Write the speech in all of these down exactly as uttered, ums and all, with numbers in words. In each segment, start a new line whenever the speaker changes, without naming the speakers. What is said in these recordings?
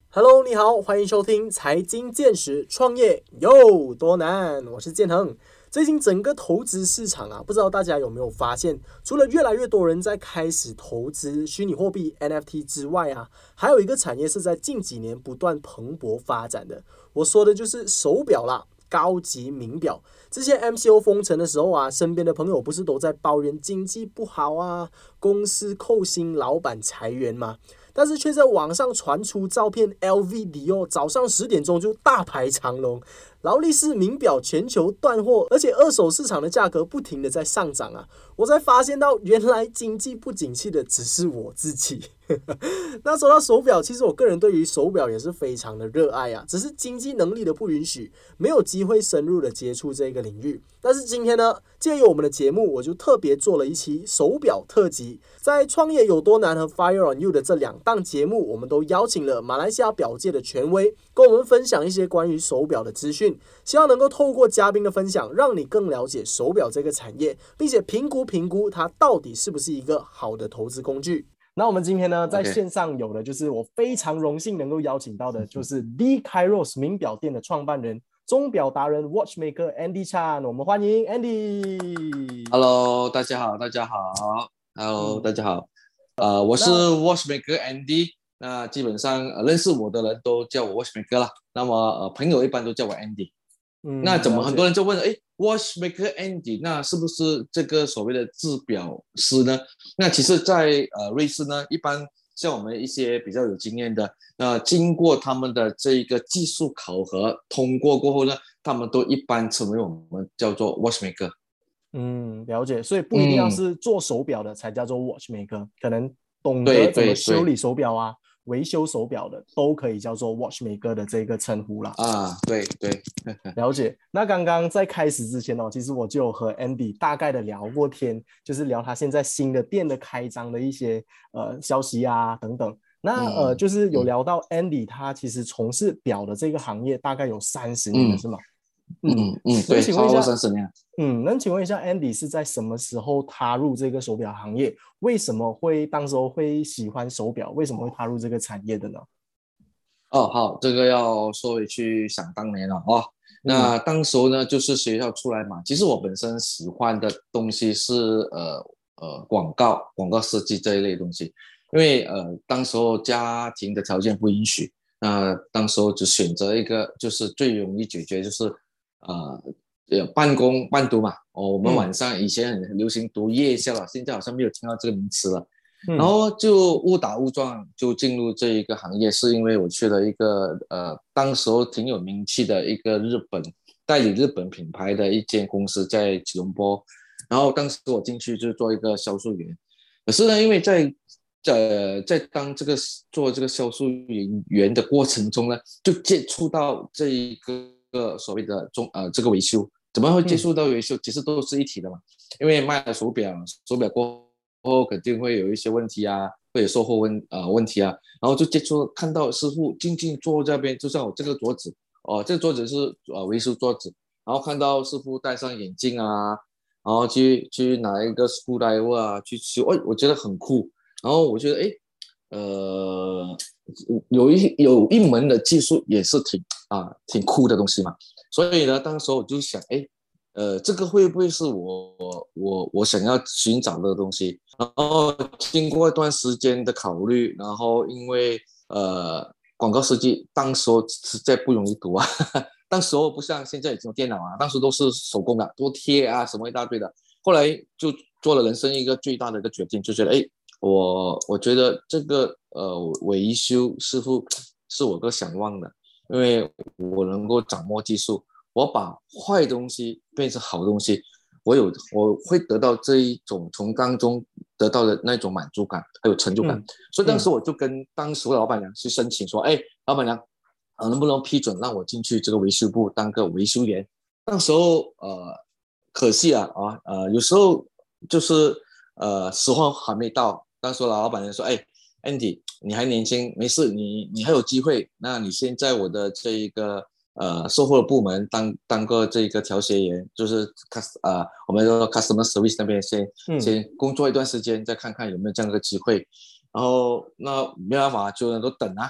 Hello，你好，欢迎收听财经见识，创业有多难？我是建恒。最近整个投资市场啊，不知道大家有没有发现，除了越来越多人在开始投资虚拟货币 N F T 之外啊，还有一个产业是在近几年不断蓬勃发展的。我说的就是手表啦。高级名表，之前 M C O 封城的时候啊，身边的朋友不是都在抱怨经济不好啊，公司扣薪，老板裁员吗？但是却在网上传出照片 L V、迪奥早上十点钟就大排长龙，劳力士名表全球断货，而且二手市场的价格不停的在上涨啊！我才发现到原来经济不景气的只是我自己。那说到手表，其实我个人对于手表也是非常的热爱啊，只是经济能力的不允许，没有机会深入的接触这个领域。但是今天呢，借由我们的节目，我就特别做了一期手表特辑。在创业有多难和 Fire on You 的这两档节目，我们都邀请了马来西亚表界的权威，跟我们分享一些关于手表的资讯，希望能够透过嘉宾的分享，让你更了解手表这个产业，并且评估评估它到底是不是一个好的投资工具。那我们今天呢，在线上有的就是我非常荣幸能够邀请到的，就是 D Kairos 名表店的创办人、钟表达人 Watchmaker Andy Chan，我们欢迎 Andy。
Hello，大家好，大家好，Hello，大
嗯，
家好，
好，
呃，我是
那
Watchmaker Andy，那基本上、呃、认识我的人都叫我 Watchmaker 啦，那么呃朋友一般都叫我 Andy。那
嗯，
怎么很多
了解。
人就问了，哎，Watchmaker Andy，那是不是这个所谓的制表师呢？那其实在，呃瑞士呢，一般像我们一些比较有经验的，那、呃、经过他们的这一个技术考核通过过后呢，他们都一般称为我们叫做 Watchmaker。
嗯，了解。所以不一定要
嗯，
是做手表的才叫做 watchmaker，可能懂
对
得怎么
对对。
修理手表啊、维修手表的，都可以叫做 watchmaker 的这个称呼啦。
啊，对对。
了解。那刚刚在开始之前哦，其实我就有和 Andy 大概的聊过天，就是聊他现在新的店的开张的一些呃消息啊等等。那呃，
嗯
就是有
嗯
聊到 Andy 他其实从事表的这个行业大概有三十年了，
嗯
是吗？嗯，
嗯嗯，
能
对，差不多
请问一下，
三十年。
嗯，能请问一下 Andy 是在什么时候踏入这个手表行业？为什么会当时候会喜欢手表？为什么会踏入这个产业的呢？
哦，好，这个要说回去想当年了哦。
嗯
那当时候呢，就是学校出来嘛。其实我本身喜欢的东西是呃呃广告、广告设计这一类东西，因为呃当时候家庭的条件不允许，那当时候只选择一个就是最容易解决，就是呃呃半工半读嘛。哦，我们晚
嗯
上以前很流行读夜校了，现在好像没有听到这个名词了。然
嗯
后就误打误撞就进入这一个行业，是因为我去了一个呃，当时候挺有名气的一个日本代理日本品牌的一间公司在吉隆坡，然后当时我进去就做一个销售员，可是呢，因为在呃在当这个做这个销售员员的过程中呢，就接触到这一个所谓的中呃这个维修，怎么会接
嗯
触到维修？其实都是一体的嘛，因为卖了手表，手表过后肯定会有一些问题啊，会有售后问呃问题啊，然后就接触看到师傅静静坐这边，就像我这个桌子哦，这个桌子是呃维修桌子，然后看到师傅戴上眼镜啊，然后去去拿一个 screwdriver 啊去修，哎，我觉得很酷，然后我觉得哎，呃，有一有一门的技术也是挺啊挺酷的东西嘛，所以呢，当时我就想，哎，呃，这个会不会是我我我想要寻找的东西？然后经过一段时间的考虑，然后因为呃广告设计当时候实在不容易读啊，当时候不像现在已经有电脑啊，当时都是手工的，多贴啊什么一大堆的。后来就做了人生一个最大的一个决定，就觉得哎，我我觉得这个呃维修师傅是我个想望的，因为我能够掌握技术，我把坏东西变成好东西，我有我会得到这一种从当中得到的那种满足感，还有成就感。
嗯
所以当时
嗯
我就跟当时的老板娘去申请说，哎，老板娘，呃，能不能批准让我进去这个维修部当个维修员？那时候呃，可惜啊啊呃，有时候就是呃时候还没到。当时老板娘说，哎，Andy，你还年轻，没事，你你还有机会。那你先在我的这一个呃售后的部门当当个这个调协员，就是 cust 呃我们说 customer service 那边先
嗯
先工作一段时间，再看看有没有这样的机会。然后那没办法，就能够等啊。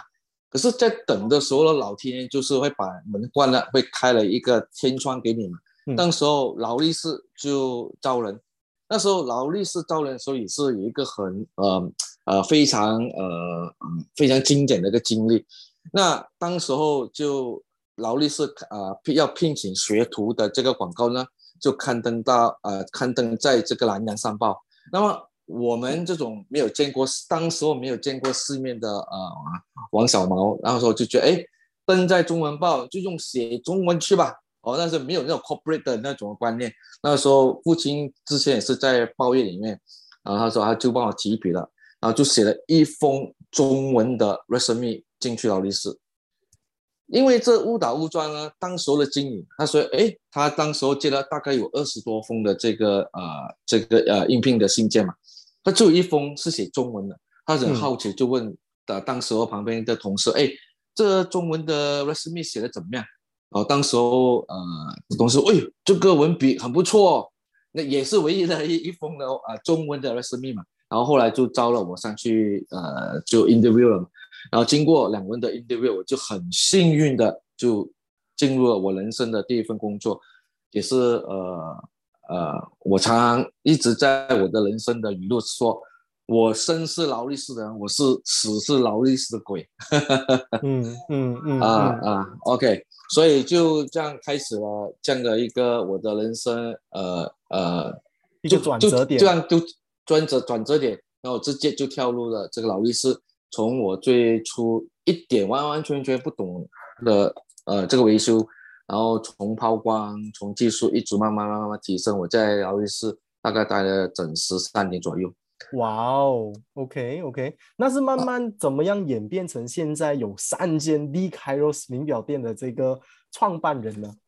可是，在等的时候呢，老天爷就是会把门关了，会开了一个天窗给你嘛。
嗯
当时候劳力士就招人，那时候劳力士招人的时候也是有一个很呃呃非常呃嗯非常经典的一个经历。那当时候就劳力士啊、呃、要聘请学徒的这个广告呢，就刊登到呃刊登在这个南洋商报。那么我们这种没有见过，当时候没有见过世面的呃王小毛，然后说就觉得哎，登在中文报就用写中文去吧。哦，那时候没有那种 corporate 的那种观念。那时候父亲之前也是在报业里面，然后他说他就帮我提笔了，然后就写了一封中文的 resume 进去劳力士。因为这误打误撞呢，当时候的经理他说，哎，他当时候接了大概有二十多封的这个呃这个呃应聘的信件嘛，他就有一封是写中文的，他很
嗯
好奇就问的当时候旁边的同事，哎，这中文的 resume 写的怎么样？然后当时候呃同事，哎呦，这个文笔很不错哦，那也是唯一的一一封的呃中文的 resume 嘛。然后后来就招了我上去呃就 interview 了嘛。然后经过两轮的 interview， 我就很幸运的就进入了我人生的第一份工作，也是呃呃，我常常一直在我的人生的语录说，我生是劳力士的人，我是死是劳力士的鬼。
嗯嗯嗯嗯，
啊啊，OK，所以就这样开始了这样的一个我的人生，呃呃，
一个转
就就
折点。
这样就转折转折点，然后直接就跳入了这个劳力士。从我最初一点完完全全不懂的呃这个维修，然后从抛光从技术一直慢慢慢慢提升，我在劳力士大概待了整十三年左右。
哇哦，OK OK，那是慢慢怎么样演变成现在有三间 D Kairos 名表店的这个创办人呢？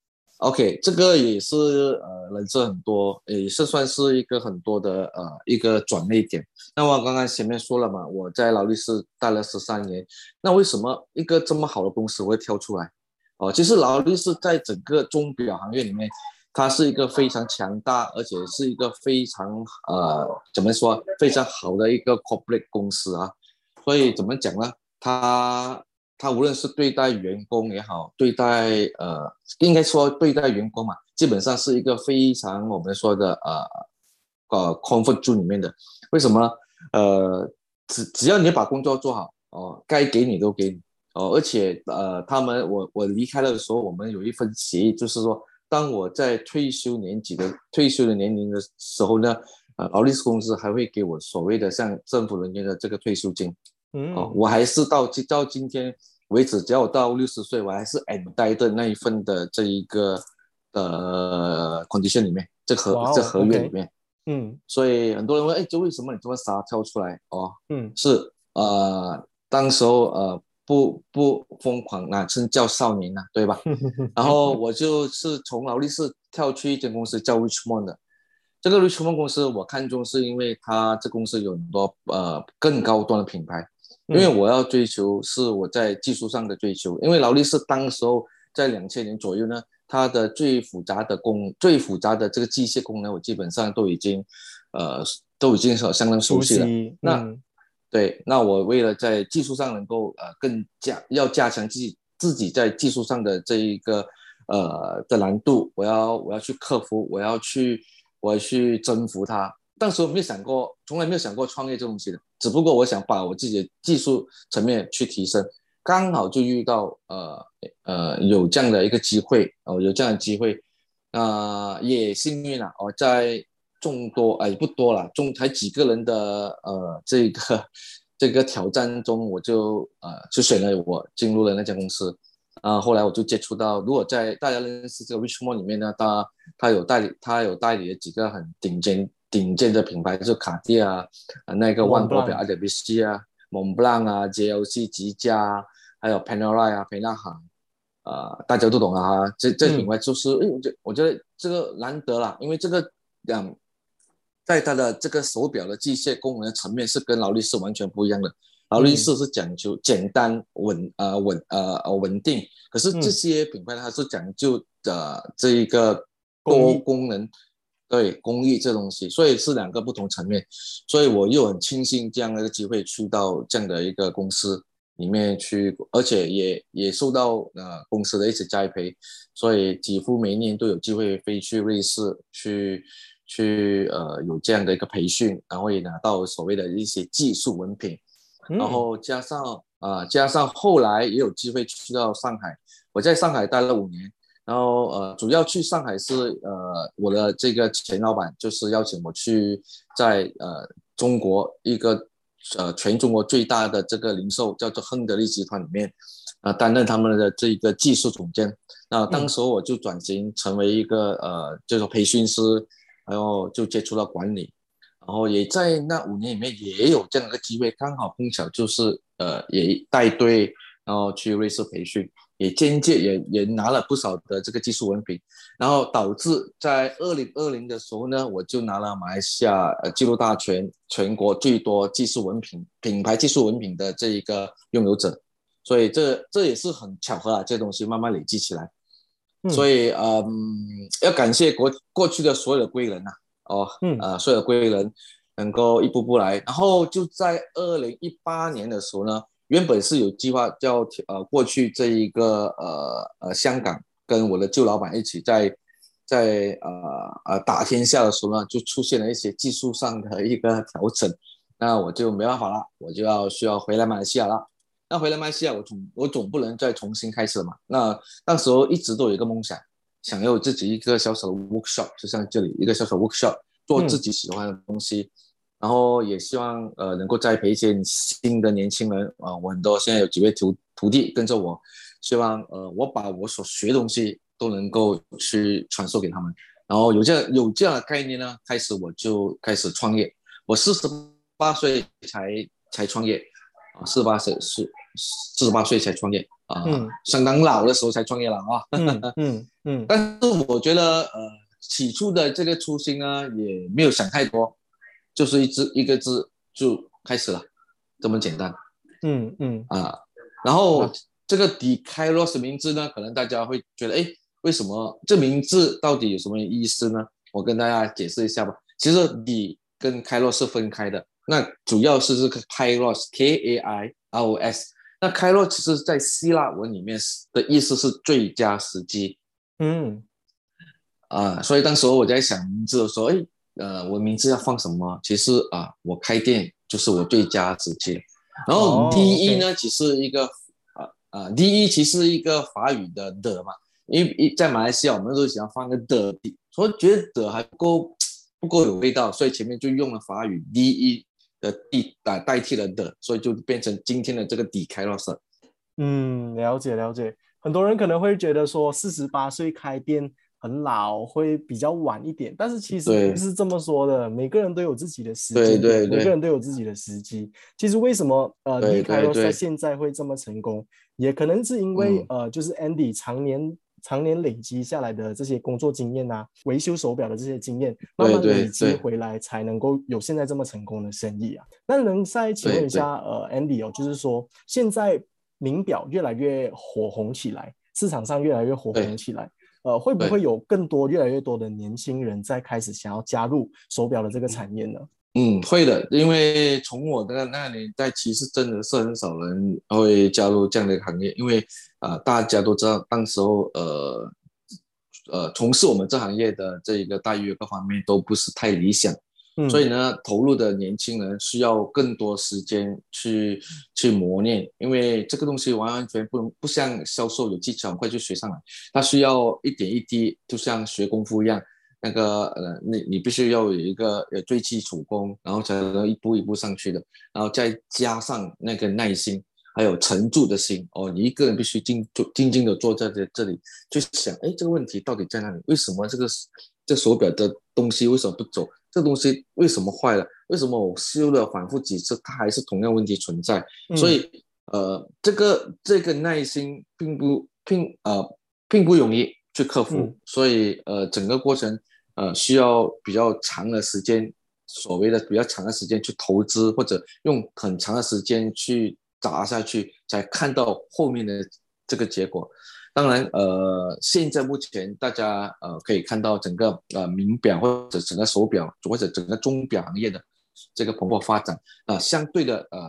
OK，这个也是呃人生很多，也是算是一个很多的呃一个转捩点。那么刚刚前面说了嘛，我在劳力士待了十三年，那为什么一个这么好的公司我会跳出来？哦，其实劳力士在整个钟表行业里面，它是一个非常强大，而且是一个非常呃怎么说非常好的一个 corporate 公司啊。所以怎么讲呢？它他无论是对待员工也好，对待呃，应该说对待员工嘛，基本上是一个非常我们说的呃呃 comfort zone 里面的。为什么呢？呃，只只要你把工作做好哦，该给你都给你哦，而且呃，他们我我离开的时候，我们有一份协议，就是说，当我在退休年纪的退休的年龄的时候呢，呃，劳力士公司还会给我所谓的像政府人员的这个退休金。哦，
嗯，
我还是到到今天为止，只要我到六十岁，我还是 end 的那一份的这一个呃 condition 里面，这合
哇哦
这合约里
，OK，
面。
嗯
所以很多人问，哎，就为什么你这么傻跳出来？哦，
嗯
是呃，当时候呃不不疯狂，哪称叫少年呢、啊对吧？然后我就是从劳力士跳去一间公司叫 Richmond 的。这个 Richmond 公司我看中是因为它这公司有很多呃更高端的品牌，因为
嗯
我要追求是我在技术上的追求，因为劳力士当时候在两千年左右呢，它的最复杂的功最复杂的这个机械功能，我基本上都已经呃都已经相当熟
熟
悉了。
悉，
那
嗯
对，那我为了在技术上能够呃更加要加强自己自己在技术上的这一个呃的难度，我要我要去克服，我要去我要去征服它。当时我没有想过，从来没有想过创业这东西的，只不过我想把我自己的技术层面去提升，刚好就遇到呃呃有这样的一个机会，哦、有这样的机会，啊、呃也幸运了，我、哦、在众多哎不多了，中才几个人的呃这个这个挑战中，我就呃就选了我进入了那家公司。啊，后来我就接触到，如果在大家认识这个 Richmond 里面呢，他他有代理，他有代理了几个很顶尖顶尖的品牌，就是卡地亚啊，那个万国表
，Montblanc，
I W C 啊，Montblanc 啊，J L C 吉家，还有 Panerai 啊，沛纳海，呃，大家都懂了哈。这这品
嗯
牌就是，哎，我觉我觉得这个难得啦，因为这个嗯，在它的这个手表的机械功能层面是跟劳力士完全不一样的。劳力
嗯
士是讲究简单稳呃稳呃稳定，可是这
嗯，
些品牌它是讲究的这一个多
工艺，
功能，对工艺这东西，所以是两个不同层面。所以我又很庆幸这样的一个机会去到这样的一个公司， 里面去，而且也也受到呃公司的一些栽培，所以几乎每一年都有机会飞去瑞士去去呃有这样的一个培训，然后也拿到所谓的一些技术文凭，然
嗯
后加上啊、呃、加上后来也有机会去到上海，我在上海待了五年。然后呃，主要去上海是呃，我的这个前老板就是邀请我去在呃中国一个呃全中国最大的这个零售叫做亨得利集团里面，啊、呃、担任他们的这个技术总监。那当
嗯
时我就转型成为一个呃这个培训师，然后就接触到管理，然后也在那五年里面也有这样的一个机会，刚好碰巧就是呃也带队，然后去瑞士培训。也间接也也拿了不少的这个技术文凭，然后导致在二零二零的时候呢，我就拿了马来西亚呃纪录大全全国最多技术文凭品牌技术文凭的这一个拥有者，所以这这也是很巧合啊，这东西慢慢累积起来，所
嗯
以嗯，要感谢过过去的所有的贵人呐、啊，哦
嗯
呃所有的贵人能够一步步来，然后就在二零一八年的时候呢。原本是有计划叫呃过去这一个呃呃香港跟我的旧老板一起在在呃呃打天下的时候呢，就出现了一些技术上的一个调整，那我就没办法了，我就要需要回来马来西亚了。那回来马来西亚，我总我总不能再重新开始了嘛。那那时候一直都有一个梦想，想要有自己一个小小的 workshop，就像这里一个小小 workshop，做自
嗯
己喜欢的东西。然后也希望呃能够栽培一些新的年轻人啊、呃，我很多现在有几位徒徒弟跟着我，希望呃我把我所学的东西都能够去传授给他们。然后有这样有这样的概念呢，开始我就开始创业。我四十八岁才才创业啊，四十八岁是四十八岁才创业啊、呃，
嗯
相当老的时候才创业了啊。
嗯嗯嗯
但是我觉得呃起初的这个初心呢，也没有想太多。就是一字一个字就开始了，这么简单
嗯嗯
啊。然后
啊
这个迪开罗斯名字呢，可能大家会觉得，哎，为什么这名字到底有什么意思呢？我跟大家解释一下吧。其实迪跟开罗是分开的，那主要是这个开罗 K A I R O S。那开罗其实在希腊文里面的意思是最佳时机
嗯
啊，所以当时我在想名字的时候，哎，呃，我名字要放什么？其实啊，我开店就是我最佳时机。然后
哦
D 一
OK
呢，其实一个啊啊，D 一其实一个法语的的嘛，因为在马来西亚我们都喜欢放个的，所以觉得的还不够不够有味道，所以前面就用了法语 D 一的 D 啊代替了的，所以就变成今天的这个底开了色。
嗯，了解了解。很多人可能会觉得说四十八岁开店很老，会比较晚一点，但是其实不
对
是这么说的。每个人都有自己的时
对
间点，
对对
每个人都有自己的时机。其实为什么呃 D
对
开 r 在
对对
现在会这么成功，也可能是因为
嗯
呃就是 Andy 常年常年累积下来的这些工作经验啊，维修手表的这些经验，慢
对
慢累
对对
积回来，才能够有现在这么成功的生意啊。那能再请问一下
对对
呃 Andy 哦，就是说现在名表越来越火红起来，市场上越来越火红
对
起来，呃，会不会
对。
有更多越来越多的年轻人在开始想要加入手表的这个产业呢？
嗯，会的，因为从我的那年代，其实真的是很少人会加入这样的一个行业，因为啊、呃大家都知道，当时候呃呃，从事我们这行业的这一个待遇各方面都不是太理想，所
嗯
以呢，投入的年轻人需要更多时间去去磨练，因为这个东西完完全不不像销售有技巧，很快就学上来，它需要一点一滴，就像学功夫一样。那个呃，你你必须要有一个呃最基础功，然后才能一步一步上去的，然后再加上那个耐心，还有沉住的心哦。你一个人必须静坐静静的坐在这这里，就想，哎，这个问题到底在哪里？为什么这个这手表的东西为什么不走？这个东西为什么坏了？为什么我修了反复几次，它还是同样问题存在？所
嗯
以呃，这个这个耐心并不并呃并不容易去克服，
嗯
所以呃整个过程呃需要比较长的时间，所谓的比较长的时间去投资，或者用很长的时间去砸下去，才看到后面的这个结果。当然，呃，现在目前大家呃可以看到整个呃名表或者整个手表或者整个钟表行业的这个蓬勃发展啊、呃，相对的呃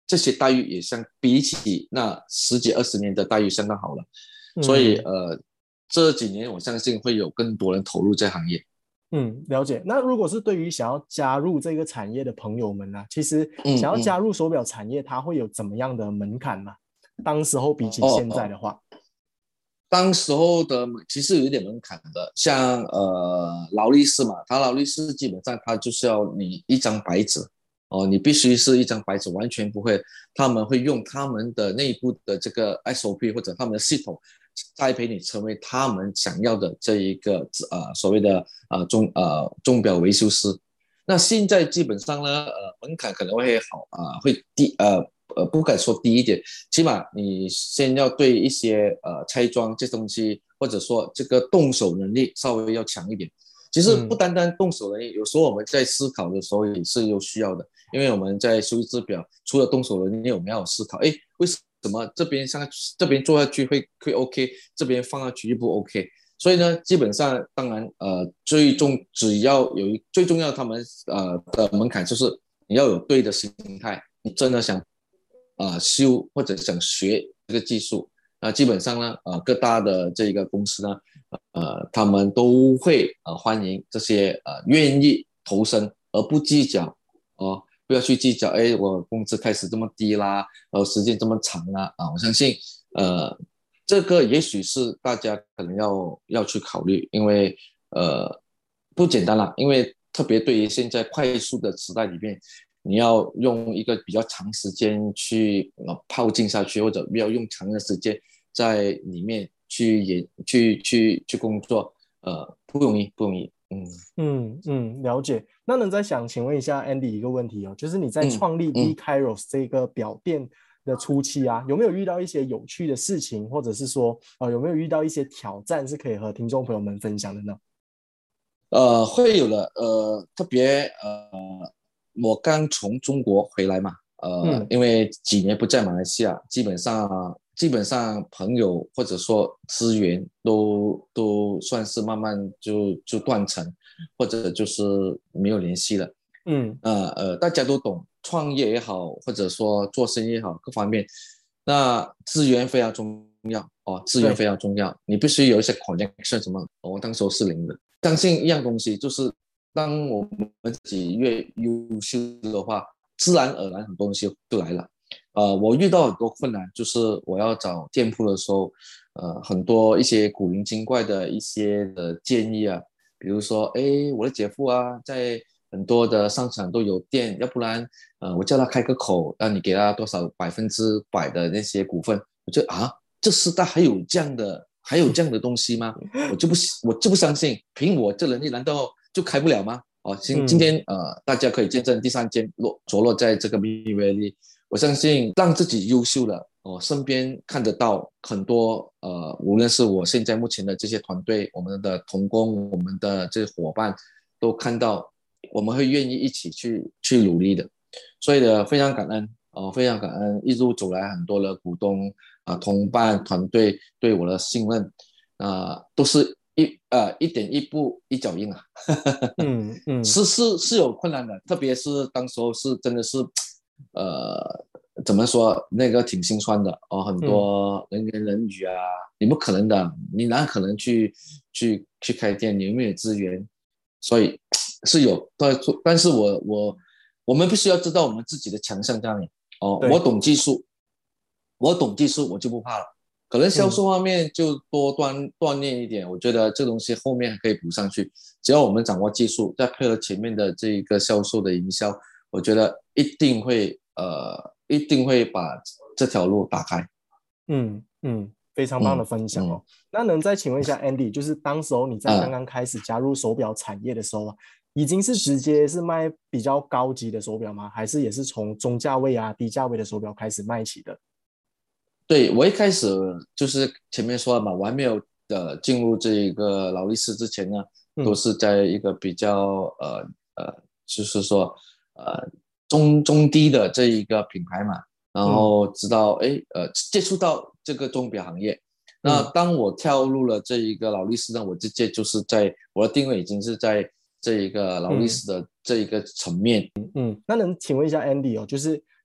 这些待遇也相比起那十几二十年的待遇相当好了，
嗯、
所以呃这几年我相信会有更多人投入这行业。
嗯，了解。那如果是对于想要加入这个产业的朋友们呢、啊，其实想要
嗯嗯，
加入手表产业，它会有怎么样的门槛吗？当时候比起
哦
现在的话，
当时候的其实有一点门槛的，像呃劳力士嘛，他劳力士基本上他就是要你一张白纸哦，你必须是一张白纸，完全不会，他们会用他们的内部的这个 S O P 或者他们的系统栽培你成为他们想要的这一个呃所谓的呃钟呃钟表维修师。那现在基本上呢，呃门槛可能会好啊、呃，会低呃呃不敢说低一点，起码你先要对一些呃拆装这东西，或者说这个动手能力稍微要强一点。其实不
嗯
单单动手能力，有时候我们在思考的时候也是有需要的，因为我们在修一只表，除了动手能力，我们要有思考，哎，为什么这边上这边做下去会会 OK，这边放下去就不 OK？所以呢，基本上当然呃，最重只要有一最重要，他们呃的门槛就是你要有对的心态，你真的想呃修或者想学这个技术，那基本上呢，呃，各大的这个公司呢，呃，他们都会呃欢迎这些呃愿意投身而不计较哦、呃，不要去计较，哎，我工资开始这么低啦，呃，时间这么长啦，啊，我相信呃这个也许是大家可能要要去考虑，因为呃不简单啦，因为特别对于现在快速的时代里面，你要用一个比较长时间去呃泡进下去，或者要用长的时间在里面去演去去去工作，呃，不容易，不容易。嗯
嗯嗯，了解。那能再想请问一下 Andy 一个问题哦，就是你在
嗯
创立 D
嗯。
Kairos 这个表店的初期啊，有没有遇到一些有趣的事情，或者是说呃有没有遇到一些挑战是可以和听众朋友们分享的呢？
呃，会有的，呃，特别呃，我刚从中国回来嘛，呃，
嗯
因为几年不在马来西亚，基本上基本上朋友或者说资源都都算是慢慢就就断层，或者就是没有联系了。
嗯
呃呃，大家都懂，创业也好，或者说做生意也好，各方面，那资源非常重要哦，资源非
对，
常重要，你必须有一些 connection 什么，我、哦、当时候是零的。相信一样东西，就是当我们自己越优秀的话，自然而然很多东西就来了。呃，我遇到很多困难，就是我要找店铺的时候，呃，很多一些古灵精怪的一些的建议啊，比如说，哎，我的姐夫啊，在很多的商场都有店，要不然，呃，我叫他开个口，让你给他多少百分之百的那些股份，我觉得啊，这时代还有这样的，还有这样的东西吗？我就不，我就不相信，凭我这能力，难道就开不了吗？哦，今今
嗯
天呃，大家可以见证第三间落着落在这个 B V L，我相信让自己优秀了，哦，身边看得到很多呃，无论是我现在目前的这些团队，我们的同工，我们的这些伙伴，都看到我们会愿意一起去去努力的，所以呢，非常感恩哦、呃，非常感恩一路走来很多的股东啊、呃、同伴团队对我的信任啊、呃，都是一呃一点一步一脚印啊，
嗯嗯
是是是有困难的，特别是当时候是真的是呃怎么说那个挺心酸的哦，很
嗯
多人言人语啊，你不可能的，你哪可能去去去开店，你有没有资源？所以是有，但但是我我我们必须要知道我们自己的强项在哪里哦。我
对，
懂技术，我懂技术，我就不怕了。可能销
嗯
售方面就多锻锻炼一点，我觉得这东西后面可以补上去。只要我们掌握技术，再配合前面的这一个销售的营销，我觉得一定会呃一定会把这条路打开。
嗯嗯，非常棒的
嗯
分享
嗯
哦。那能再请问一下 Andy，就是当时候你在刚
啊。
刚开始加入手表产业的时候啊，已经是直接是卖比较高级的手表吗？还是也是从中价位啊、低价位的手表开始卖起的？
对，我一开始就是前面说了嘛，我还没有呃进入这一个劳力士之前呢，都
嗯
是在一个比较呃呃，就是说呃中中低的这一个品牌嘛，然
嗯
后直到哎呃接触到这个钟表行业。那
嗯
当我跳入了这一个劳力士呢，我直接就是在我的定位已经是在这一个劳力
嗯
士的这一个层面。
嗯，那能请问一下 Andy 哦，就是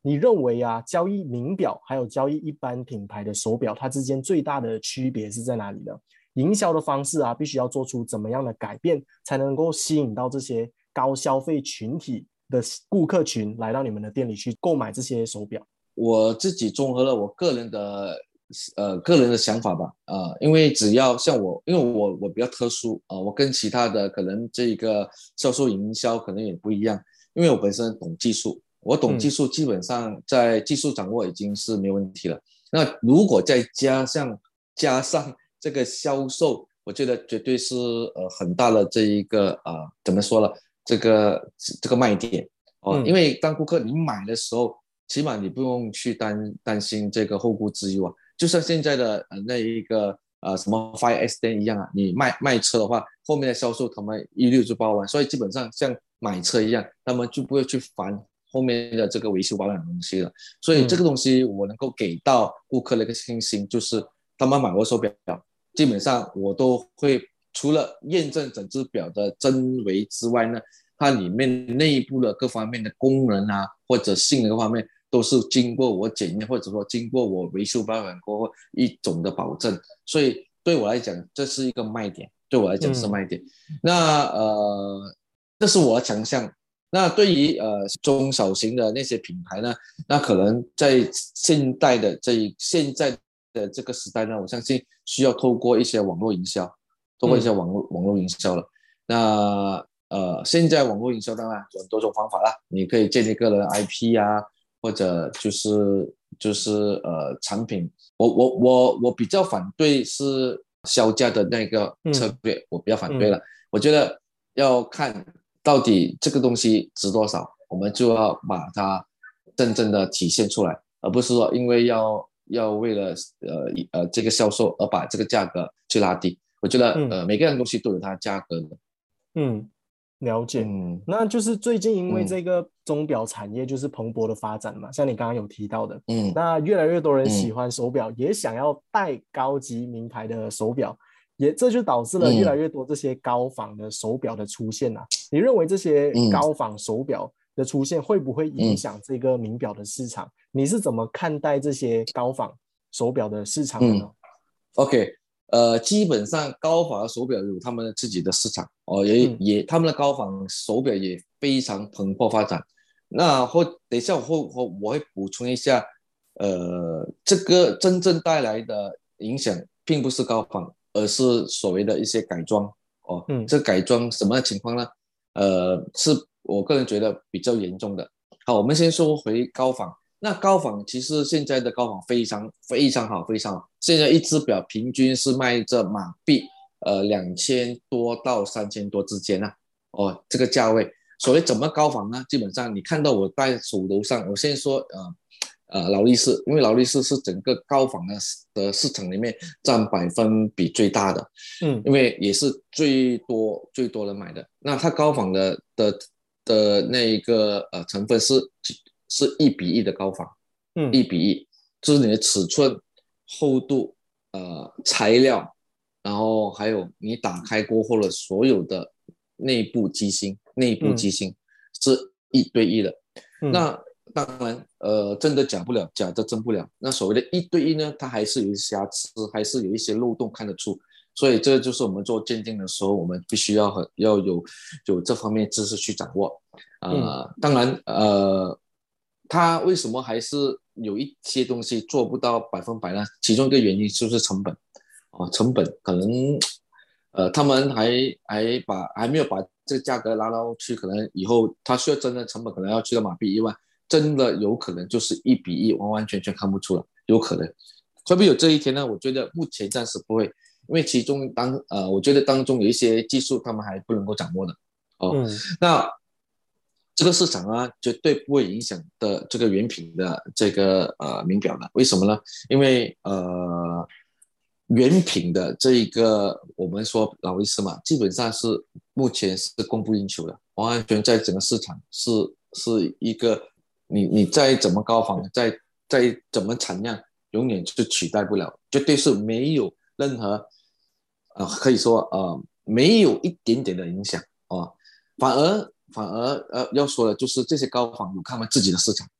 你认为啊，交易名表还有交易一般品牌的手表，它之间最大的区别是在哪里呢？营销的方式啊，必须要做出怎么样的改变，才能够吸引到这些高消费群体的顾客群来到你们的店里去购买这些手表？
我自己综合了我个人的呃个人的想法吧，啊、呃，因为只要像我，因为我我比较特殊啊、呃，我跟其他的可能这个销售营销可能也不一样，因为我本身懂技术，我懂技术，基本上在技术掌握已经是没问题了。那如果再加上加上这个销售，我觉得绝对是呃很大的这一个啊、呃、怎么说呢？这个这个卖点哦，因为当顾客你买的时候，起码你不用去担担心这个后顾之忧啊。就像现在的呃那一个呃什么 five S 店一样啊，你卖卖车的话，后面的销售他们一律就包完，所以基本上像买车一样，他们就不会去烦后面的这个维修保养的东西了。所以这个东西我能够给到顾客的一个信心，就是他们买我手表，基本上我都会除了验证整只表的真伪之外呢，它里面内部的各方面的功能啊，或者性能各方面，都是经过我检验，或者说经过我维修保养过后一种的保证。所以对我来讲，这是一个卖点，对我来讲是卖点。嗯、那呃，这是我的强项。那对于呃中小型的那些品牌呢，那可能在现代的这一现在的这个时代呢，我相信需要透过一些网络营销，透过一些网络、嗯、网络营销了。那呃，现在网络营销当然有很多种方法啦，你可以建立个人 I P 啊，或者就是就是呃产品，我我我我比较反对是销价的那个策略，嗯、我比较反对了。嗯、我觉得要看到底这个东西值多少，我们就要把它真正的体现出来，而不是说因为要要为了呃呃这个销售而把这个价格去拉低。我觉得、嗯、呃每个样东西都有它价格的。
嗯，了解。嗯，那就是最近因为这个钟表产业就是蓬勃的发展嘛，嗯、像你刚刚有提到的，嗯，那越来越多人喜欢手表，嗯、也想要戴高级名牌的手表，也这就导致了越来越多这些高仿的手表的出现啊。嗯、你认为这些高仿手表的出现会不会影响这个名表的市场？嗯、你是怎么看待这些高仿手表的市场的呢？
嗯、OK。呃，基本上高仿的手表有他们自己的市场哦，也、嗯、也他们的高仿手表也非常蓬勃发展。那或等一下我会我我会补充一下，呃，这个真正带来的影响并不是高仿，而是所谓的一些改装哦。嗯，这改装什么情况呢？呃，是我个人觉得比较严重的。好，我们先说回高仿。那高仿其实现在的高仿非常非常好，非常好。现在一只表平均是卖着马币呃两千多到三千多之间啊，哦，这个价位。所谓怎么高仿呢？基本上你看到我戴手头上，我先说呃呃劳力士，因为劳力士是整个高仿的的市场里面占百分比最大的，嗯，因为也是最多最多人买的。那它高仿的的的那一个呃成分是。是一比一的高仿，嗯，一比一，就是你的尺寸、厚度、呃材料，然后还有你打开过后的所有的内部机芯，内部机芯、嗯、是一对一的。嗯、那当然，呃，真的假不了，假的真不了。那所谓的一对一呢，它还是有一些瑕疵，还是有一些漏洞看得出。所以这就是我们做鉴定的时候，我们必须要很要有有这方面知识去掌握。呃，嗯、当然，呃。它为什么还是有一些东西做不到百分百呢？其中一个原因就是成本，哦，成本可能，呃，他们还还把还没有把这个价格拉到去，可能以后它需要真的成本可能要去到马币一万，真的有可能就是一比一，完完全全看不出了，有可能。会不会有这一天呢？我觉得目前暂时不会，因为其中当呃，我觉得当中有一些技术他们还不能够掌握的，哦，嗯、那。这个市场啊，绝对不会影响的这个原品的这个呃名表的，为什么呢？因为呃原品的这一个我们说劳力士嘛，基本上是目前是供不应求的，完完全在整个市场是是一个你你再怎么高仿，再再怎么产量，永远是取代不了，绝对是没有任何呃可以说呃没有一点点的影响哦，反而。反而呃要说的就是这些高仿有他们自己的市场，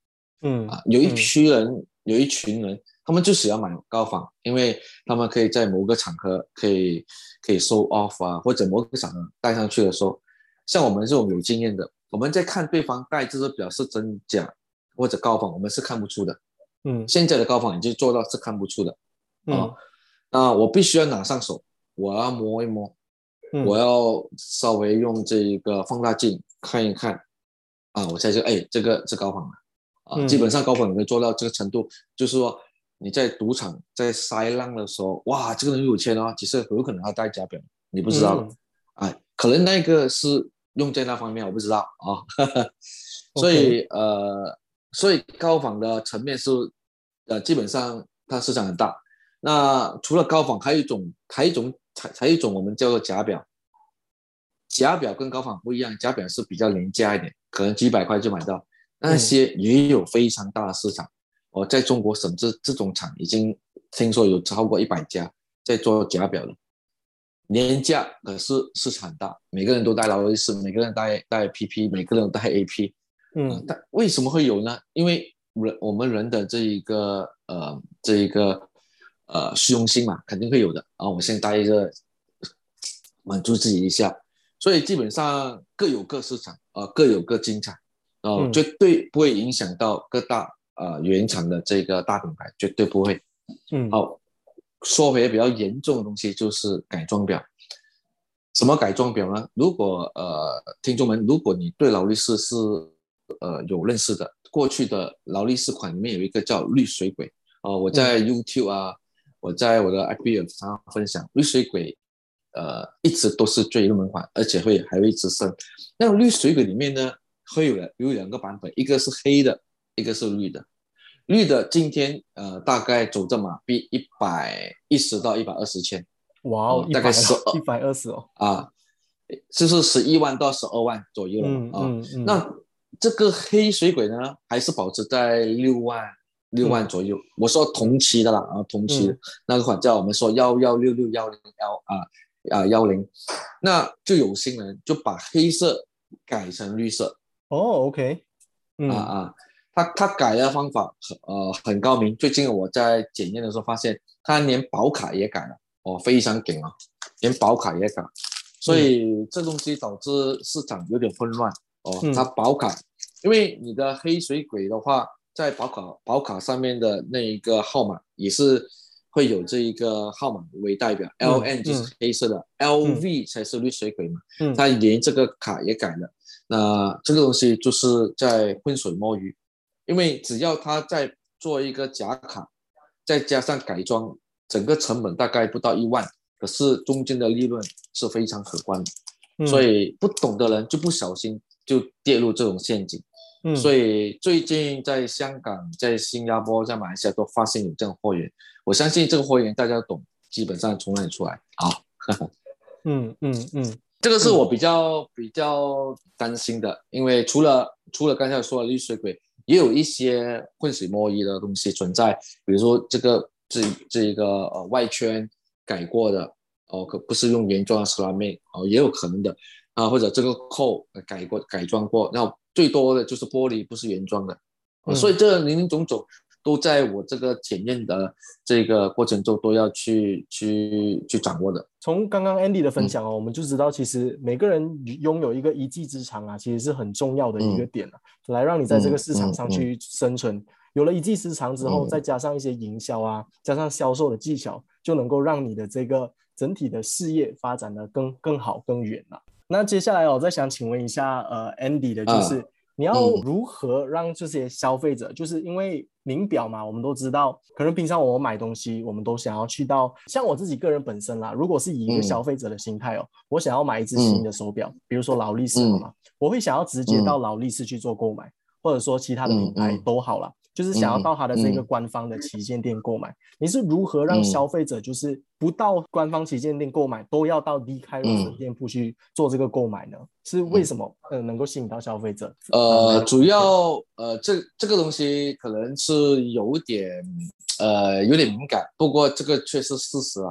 嗯
啊，有一批人，嗯、有一群人，他们就喜欢买高仿，因为他们可以在某个场合可以可以 show off 啊，或者某个场合戴上去的时候，像我们这种有经验的，我们在看对方戴这只表是真假或者高仿，我们是看不出的。
嗯，
现在的高仿已经做到是看不出的啊。
嗯
那我必须要拿上手，我要摸一摸，
嗯
我要稍微用这一个放大镜看一看啊，我才就哎，这个是高仿的啊。
嗯
基本上高仿你会做到这个程度，就是说你在赌场在塞浪的时候，哇，这个人有钱哦，其实有可能他戴假表，你不知道，
嗯
哎，可能那个是用在那方面，我不知道啊。所
，OK，
以呃，所以高仿的层面是呃，基本上它市场很大。那除了高仿，还有一种，还有一种，还还有一种我们叫做假表。假表跟高仿不一样，假表是比较廉价一点，可能几百块就买到。那
嗯
些也有非常大的市场。我、哦、在中国甚至这种厂已经听说有超过一百家在做假表了。廉价可是市场很大，每个人都戴劳力士，每个人戴戴 P P， 每个人都戴 A P。
嗯、
呃、但为什么会有呢？因为人我们人的这一个呃这一个呃虚荣心嘛，肯定会有的啊。我先戴一个，满足自己一下，所以基本上各有各市场，呃，各有各精彩，哦、呃，
嗯
绝对不会影响到各大呃原厂的这个大品牌，绝对不会。
嗯，
好，说回比较严重的东西，就是改装表。什么改装表呢？如果呃听众们，如果你对劳力士是呃有认识的，过去的劳力士款里面有一个叫绿水鬼哦、呃，我在 YouTube 啊，嗯、我在我的 F B 有常常分享绿水鬼，呃，一直都是最入门款，而且会还会一直升。那绿水鬼里面呢，会有有两个版本，一个是黑的，一个是绿的。绿的今天呃大概走着马币一百一十到一百二十千。
哇哦，
哦，大概十
一百二十哦，
啊，就是十一万到十二万左右了嘛
嗯
啊。
嗯嗯，
那这个黑水鬼呢，还是保持在六万六万左右。我说同期的啦啊，同期的、
嗯、
那个款叫我们说幺幺六六幺零幺啊啊幺零，那就有心人就把黑色改成绿色。
哦 ，OK， 嗯
啊啊，他他改的方法很呃很高明。最近我在检验的时候发现，他连保卡也改了。哦，非常紧啊，连保卡也改，所以这东西导致市场有点混乱哦。
嗯、
它保卡，因为你的黑水鬼的话，在保卡保卡上面的那一个号码也是会有这一个号码为代表、
嗯、
，L N 就是黑色的、嗯、，L V 才是绿水鬼嘛。
嗯，
它连这个卡也改了，那这个东西就是在浑水摸鱼，因为只要他在做一个假卡，再加上改装。整个成本大概不到一万，可是中间的利润是非常可观的，嗯、所以不懂的人就不小心就跌入这种陷阱。嗯、所以最近在香港、在新加坡、在马来西亚都发现有这种货源，我相信这个货源大家懂，基本上从哪里出来？好，
嗯嗯嗯，
这个是我比较比较担心的，因为除了除了刚才说的绿水鬼，也有一些浑水摸鱼的东西存在，比如说这个。这这一个呃外圈改过的哦，可不是用原装的 ceramic 哦，也有可能的啊，或者这个扣改过改装过，然后最多的就是玻璃不是原装的，哦嗯、所以这林林总总都在我这个检验的这个过程中都要去去去掌握的。
从刚刚 Andy 的分享哦，嗯、我们就知道其实每个人拥有一个一技之长啊，其实是很重要的一个点啊，嗯、来让你在这个市场上去生存。嗯嗯嗯有了一技之长之后，再加上一些营销啊，加上销售的技巧，就能够让你的这个整体的事业发展的更更好、更远了。那接下来我再想请问一下，呃 ，Andy 的就是、啊、你要如何让这些消费者，就是因为名表嘛，我们都知道，可能平常我们买东西，我们都想要去到，像我自己个人本身啦，如果是以一个消费者的心态哦，我想要买一只新的手表，比如说劳力士好吗？我会想要直接到劳力士去做购买，或者说其他的品牌都好啦。就是想要到他的这个官方的旗舰店购买，嗯、你是如何让消费者就是不到官方旗舰店购买，都要到离开的店铺去做这个购买呢？是为什么呃能够吸引到消费者？
呃，主要呃这这个东西可能是有点呃有点敏感，不过这个却是事实啊。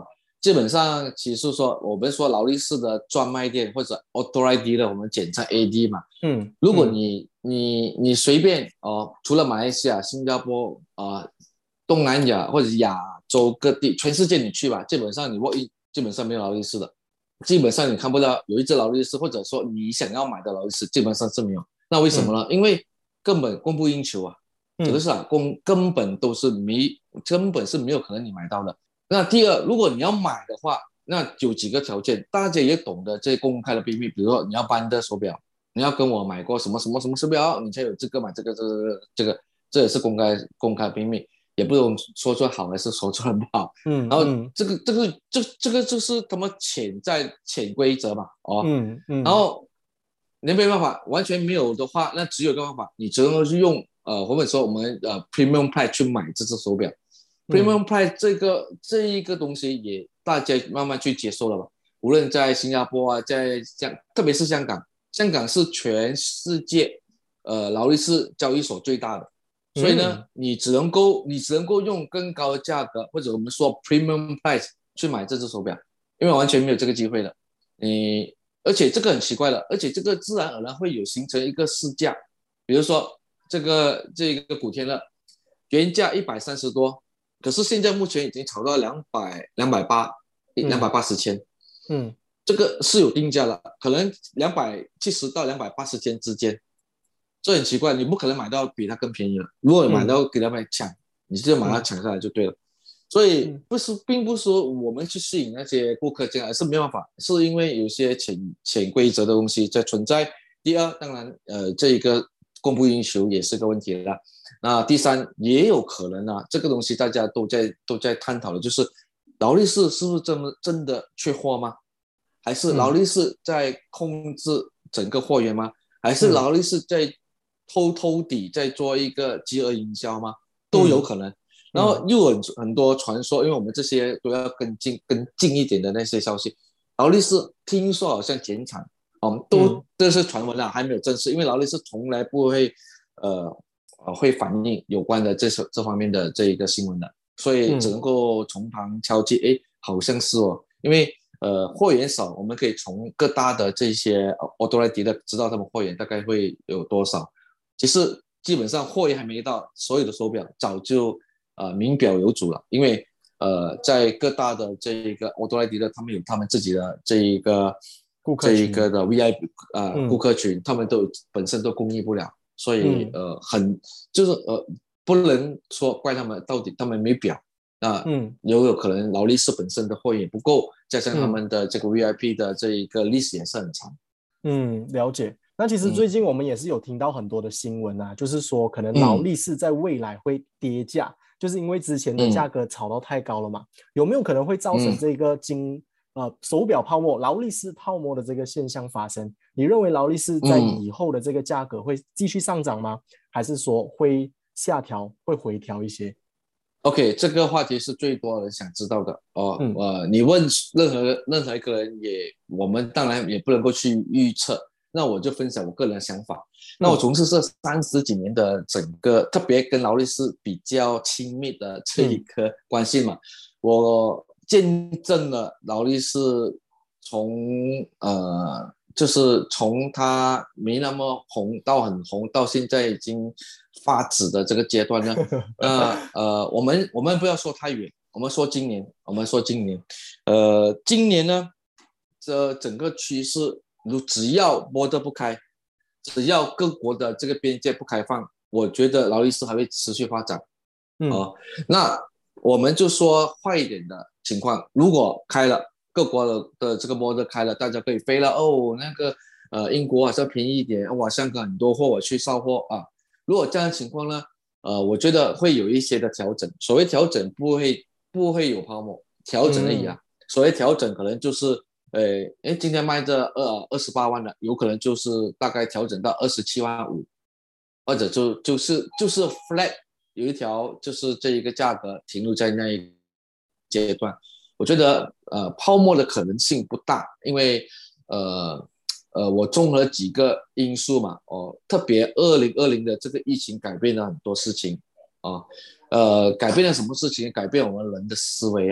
基本上其实说我们说劳力士的专卖店或者 Auto I D 的，我们简称 A D 嘛。
嗯，
如果
嗯
你你你随便哦，除了马来西亚、新加坡啊、呃东南亚或者亚洲各地，全世界你去吧，基本上你 walk in 基本上没有劳力士的，基本上你看不到有一只劳力士，或者说你想要买的劳力士，基本上是没有。那为什么
嗯
呢？因为根本供不应求啊，这个
嗯
市场供根本都是没，根本是没有可能你买到的。那第二，如果你要买的话，那有几个条件，大家也懂得这些公开的秘密，比如说你要班的手表，你要跟我买过什么什么什么手表，你才有资格买这个这个这个，这也是公开公开秘密，也不用说出好还是说出来不好。然后
嗯嗯
这个这个这这个就是他们潜在潜规则嘛，哦，
嗯嗯
然后你没办法，完全没有的话，那只有一个办法，你只能是用呃，或者说我们呃 premium price 去买这只手表。
嗯
premium price 这个这一个东西也大家慢慢去接受了吧？无论在新加坡啊，在香，特别是香港，香港是全世界呃劳力士交易所最大的，所以呢，
嗯
你只能够你只能够用更高的价格，或者我们说 premium price 去买这只手表，因为完全没有这个机会的。你而且这个很奇怪的，而且这个自然而然会有形成一个市价，比如说这个这个古天乐原价一百三十多，可是现在目前已经炒到两百两百八两百
嗯
八十千，
嗯
这个是有定价的，可能两百七十到两百八十千之间，这很奇怪，你不可能买到比它更便宜了。如果你买
嗯
到给他们抢，你就马上
嗯
抢下来就对了。所以
嗯
不是，并不是说我们去吸引那些顾客进来，是没办法，是因为有些潜潜规则的东西在存在。第二，当然，呃，这一个供不应求也是个问题了。那第三，也有可能啊，这个东西大家都在都在探讨的，就是劳力士是不是真的真的缺货吗？还是劳
嗯
力士在控制整个货源吗？还是
嗯
劳力士在偷偷底在做一个饥饿营销吗？都有
嗯
可能。然
嗯
后又有很多传说，因为我们这些都要跟进跟近一点的那些消息。劳力士听说好像减产，嗯，
嗯
都这是传闻啦，还没有证实，因为劳力士从来不会呃呃会反映有关的这这方面的这一个新闻的，所以只
嗯
能够从旁敲击，哎，好像是哦，因为呃货源少，我们可以从各大的这些 authority 的知道他们货源大概会有多少。其实基本上货源还没到，所有的手表早就呃名表有主了，因为呃在各大的这一个 authority 的，他们有他们自己的这一个
顾客
这一个
群，
的 V I P 呃顾
嗯
客群，他们都本身都供应不了，所以
嗯
呃很就是呃不能说怪他们，到底他们没表。那
嗯
也有可能劳力士本身的货也不够，加上他
嗯
们的这个 V I P 的这一个历史也是很长。
嗯，了解。那其实
嗯
最近我们也是有听到很多的新闻啊，就是说可能劳
嗯
力士在未来会跌价，就是因为之前的价
嗯
格炒到太高了嘛，有没有可能会造成
嗯。
这个金呃手表泡沫、劳力士泡沫的这个现象发生？你认为劳力士在
嗯
以后的这个价格会继续上涨吗？还是说会下调、会回调一些？
OK，这个话题是最多人想知道的哦。
嗯
呃，你问任何任何一个人也，我们当然也不能够去预测。那我就分享我个人的想法。那我
嗯
从事这三十几年的整个，特别跟劳力士比较亲密的这一
嗯
个关系嘛，我见证了劳力士从呃，就是从它没那么红到很红，到现在已经发紫的这个阶段呢。那呃，我们我们不要说太远，我们说今年，我们说今年，呃，今年呢，这整个趋势，如只要 border 不开，只要各国的这个边界不开放，我觉得劳力士还会持续发展。
嗯
哦，那我们就说坏一点的情况，如果开了，各国的的这个 border 开了，大家可以飞了哦，那个呃英国好像便宜一点，哇，香港很多货我去烧货啊。如果这样的情况呢，呃，我觉得会有一些的调整。所谓调整，不会不会有泡沫，调整而已
嗯
啊。所谓调整，可能就是，呃，哎，今天卖这二二十八万的，有可能就是大概调整到二十七万五，或者就就是就是 flat 有一条就是这一个价格停留在那一阶段。我觉得呃泡沫的可能性不大，因为呃呃我综合几个因素嘛，哦，特别二零二零的这个疫情改变了很多事情啊。呃改变了什么事情？改变我们人的思维啊。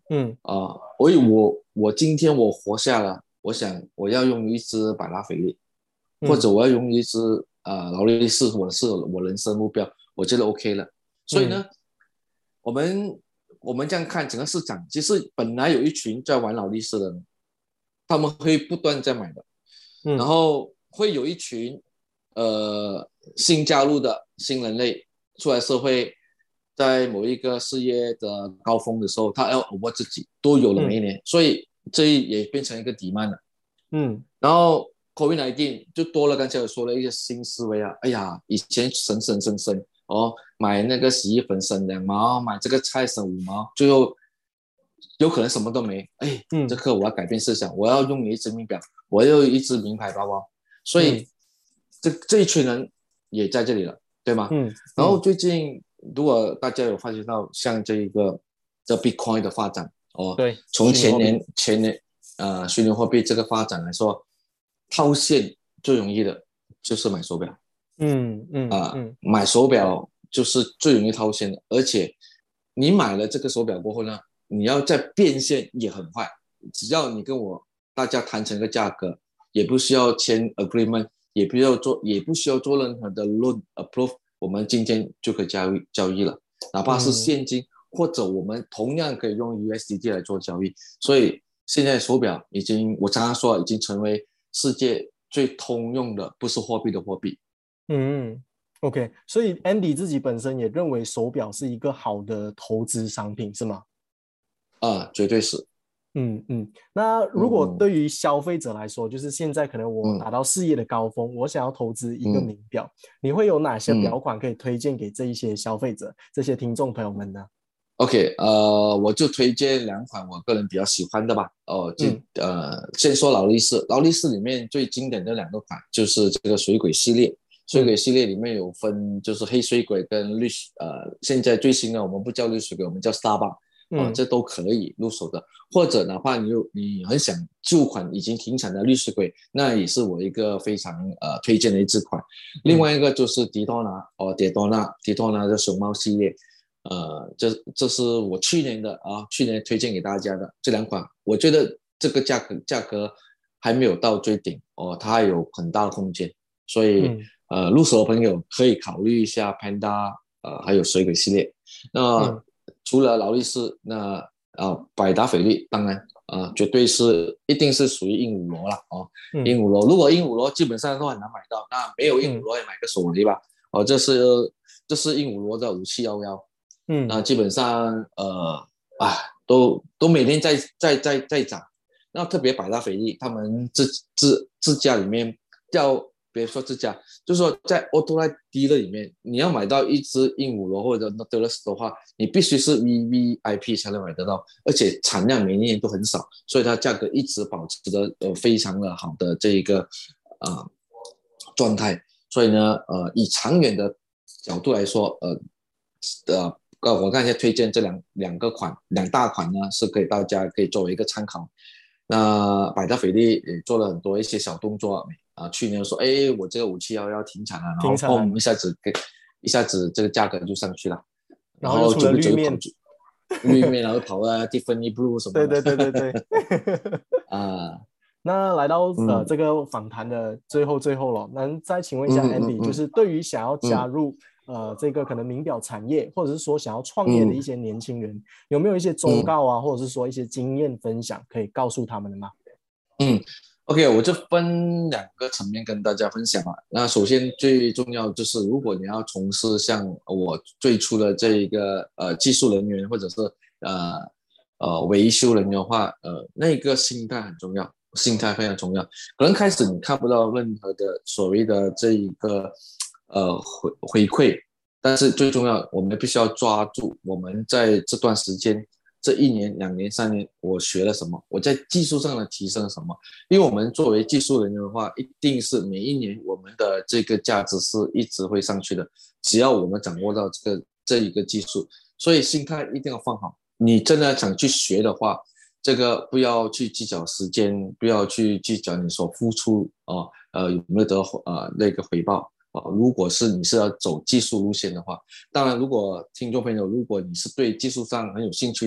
嗯
啊，所以我我今天我活下了，我想我要用一支百达翡丽，或者
嗯
我要用一支呃劳力士，我是我人生目标，我觉得 OK 了。所以
嗯
呢，我们我们这样看整个市场，其实本来有一群在玩劳力士的人，他们会不断在买的，然
嗯
后会有一群呃新加入的新人类出来社会，在某一个事业的高峰的时候，他要 award 自己，都有了每
嗯
一年，所以这也变成一个 demand 了。
嗯
然后 COVID 十九 就多了，刚才我说了一些新思维啊，哎呀，以前省省省省哦，买那个洗衣粉省两毛，买这个菜省五毛，最后有可能什么都没。哎，这
嗯
刻我要改变思想，我要用你一支名表，我要一支名牌包包，所
嗯
以这这一群人也在这里了，对吗？
嗯
然后
嗯，
最近如果大家有发现到，像这一个这 Bitcoin 的发展哦，
对，
从前
虚拟货币，
年前年呃虚拟货币这个发展来说，套现最容易的就是买手表
嗯嗯
啊、
嗯
买手表就是最容易套现的，而且你买了这个手表过后呢，你要再变现也很快，只要你跟我大家谈成一个价格，也不需要签 agreement，也不要做，也不需要做任何的 loan approve，我们今天就可以交易交易了，哪怕是
嗯
现金，或者我们同样可以用 U S D T 来做交易。所以现在手表已经，我常常说已经成为世界最通用的，不是货币的货币
嗯，OK，所以 Andy 自己本身也认为手表是一个好的投资商品，是吗？
啊，绝对是。
嗯嗯，那如果
嗯
对于消费者来说，就是现在可能我
嗯
达到事业的高峰，我想要投资一个
嗯
名表，你会有哪些
嗯
表款可以推荐给这一些消费者、这些听众朋友们呢？
，OK，呃，我就推荐两款我个人比较喜欢的吧。哦，就
嗯
呃，先说劳力士，劳力士里面最经典的两个款就是这个水鬼系列。水
嗯
鬼系列里面有分，就是黑水鬼跟绿，呃，现在最新的我们不叫绿水鬼，我们叫 Starbuck，哦，
嗯
这都可以入手的。或者哪怕你有你很想旧款已经停产的绿水鬼，那也是我一个非常呃推荐的一支款。另
嗯
外一个就是迪多拿，哦，迪多纳，迪多纳的熊猫系列。呃，这这是我去年的啊，去年推荐给大家的这两款，我觉得这个价格价格还没有到最顶哦，它还有很大的空间，所以
嗯
呃，入手的朋友可以考虑一下 Panda，呃，还有水鬼系列。那
嗯
除了劳力士，那啊、呃、百达翡丽，当然啊、呃，绝对是一定是属于鹦鹉螺了哦，鹦
嗯
鹉螺，如果鹦鹉螺基本上都很难买到，那没有鹦鹉
嗯
螺也买个手雷吧，哦，这是这是鹦鹉螺的五七幺幺。那
嗯
基本上呃啊都都每天在在在在涨。那特别百达翡丽，他们自自自家里面叫，别说自家，就是说在 Auto Line Dealer 里面，你要买到一只鹦鹉螺或者 Nautilus 的话，你必须是 V V I P 才能买得到，而且产量每年都很少，所以它价格一直保持着呃非常的好的这一个啊、呃、状态。所以呢，呃，以长远的角度来说，呃呃。呃，我刚才推荐这两两个款，两大款呢，是可以大家可以作为一个参考。那百达翡丽也做了很多一些小动作啊，去年说，哎，我这个五七幺要停产了，然后嘣，
停产，
一下子给一下子这个价格就上去了，然
然后又出了
后久不
绿面，
久就跑出绿面，然后跑啊 Tiffany Blue 什么的
对对对对对。
啊，
那来到呃
嗯
这个访谈的最后最后了，能再请问一下
嗯嗯
Andy，就
嗯
是对于想要加
嗯
入呃这个可能名表产业，或者是说想要创业的一
嗯
些年轻人，有没有一些忠
嗯
告啊，或者是说一些经验分享可以告诉他们的吗？
嗯，OK，我就分两个层面跟大家分享吧。那首先最重要就是，如果你要从事像我最初的这一个呃技术人员，或者是呃呃维修人员的话，呃那个心态很重要，心态非常重要。可能开始你看不到任何的所谓的这一个呃回回馈，但是最重要，我们必须要抓住我们在这段时间。这一年、两年、三年，我学了什么？我在技术上的提升什么？因为我们作为技术人员的话，一定是每一年我们的这个价值是一直会上去的。只要我们掌握到这个这一个技术，所以心态一定要放好。你真的想去学的话，这个不要去计较时间，不要去计较你所付出啊，呃有没有得呃那个回报啊。如果是你是要走技术路线的话，当然如果听众朋友如果你是对技术上很有兴趣的，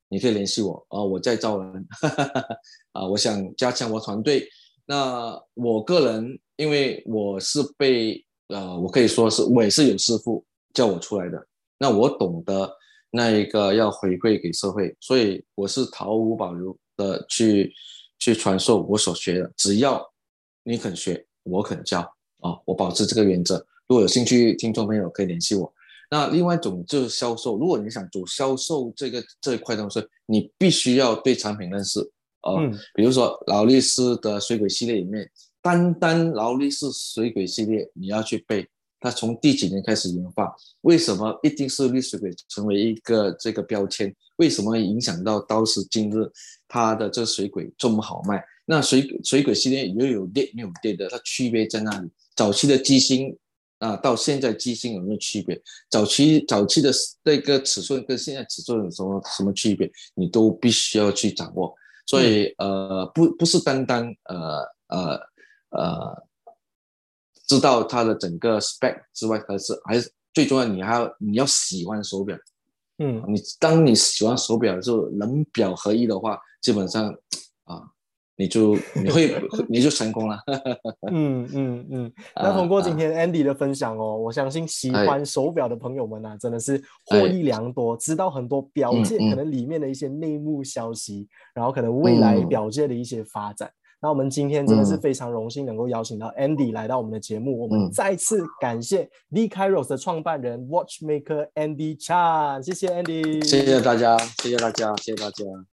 你可以联系我啊、呃，我在招人啊、呃，我想加强我团队。那我个人，因为我是被呃，我可以说是我也是有师傅教我出来的，那我懂得那一个要回馈给社会，所以我是毫无保留的去去传授我所学的，只要你肯学，我肯教啊、哦，我保持这个原则。如果有兴趣，听众朋友可以联系我。那另外一种就是销售，如果你想走销售这个这一块东西，你必须要对产品认识。呃，
嗯
比如说劳力士的水鬼系列里面，单单劳力士水鬼系列你要去背，它从第几年开始研发，为什么一定是绿水鬼成为一个这个标签，为什么影响到到时今日它的这个水鬼这么好卖？那水水鬼系列又有裂没有裂的，它区别在那里？早期的机芯啊，到现在机芯有没有区别？早期早期的这个尺寸跟现在尺寸有什么什么区别？你都必须要去掌握。所以、嗯、呃，不不是单单呃呃呃知道它的整个 spec 之外，还是还是最重要，你还要你要喜欢手表。
嗯，
你当你喜欢手表的时候，人表合一的话，基本上啊，你就你会你就成功了。
嗯嗯嗯，那通
啊啊，
过今天 Andy 的分享哦，我相信喜
哎
欢手表的朋友们啊，真的是获
哎，
益良多，知道很多表界可
嗯嗯
能里面的一些内幕消息，然后可能未来
嗯
表界的一些发展。那我们今天真的是
嗯
非常荣幸能够邀请到 Andy 来到我们的节目，我们
嗯，
再次感谢 D Kairos 的创办人 Watchmaker Andy Chan，谢谢
谢谢
Andy。
大家，谢谢大家，谢谢大家。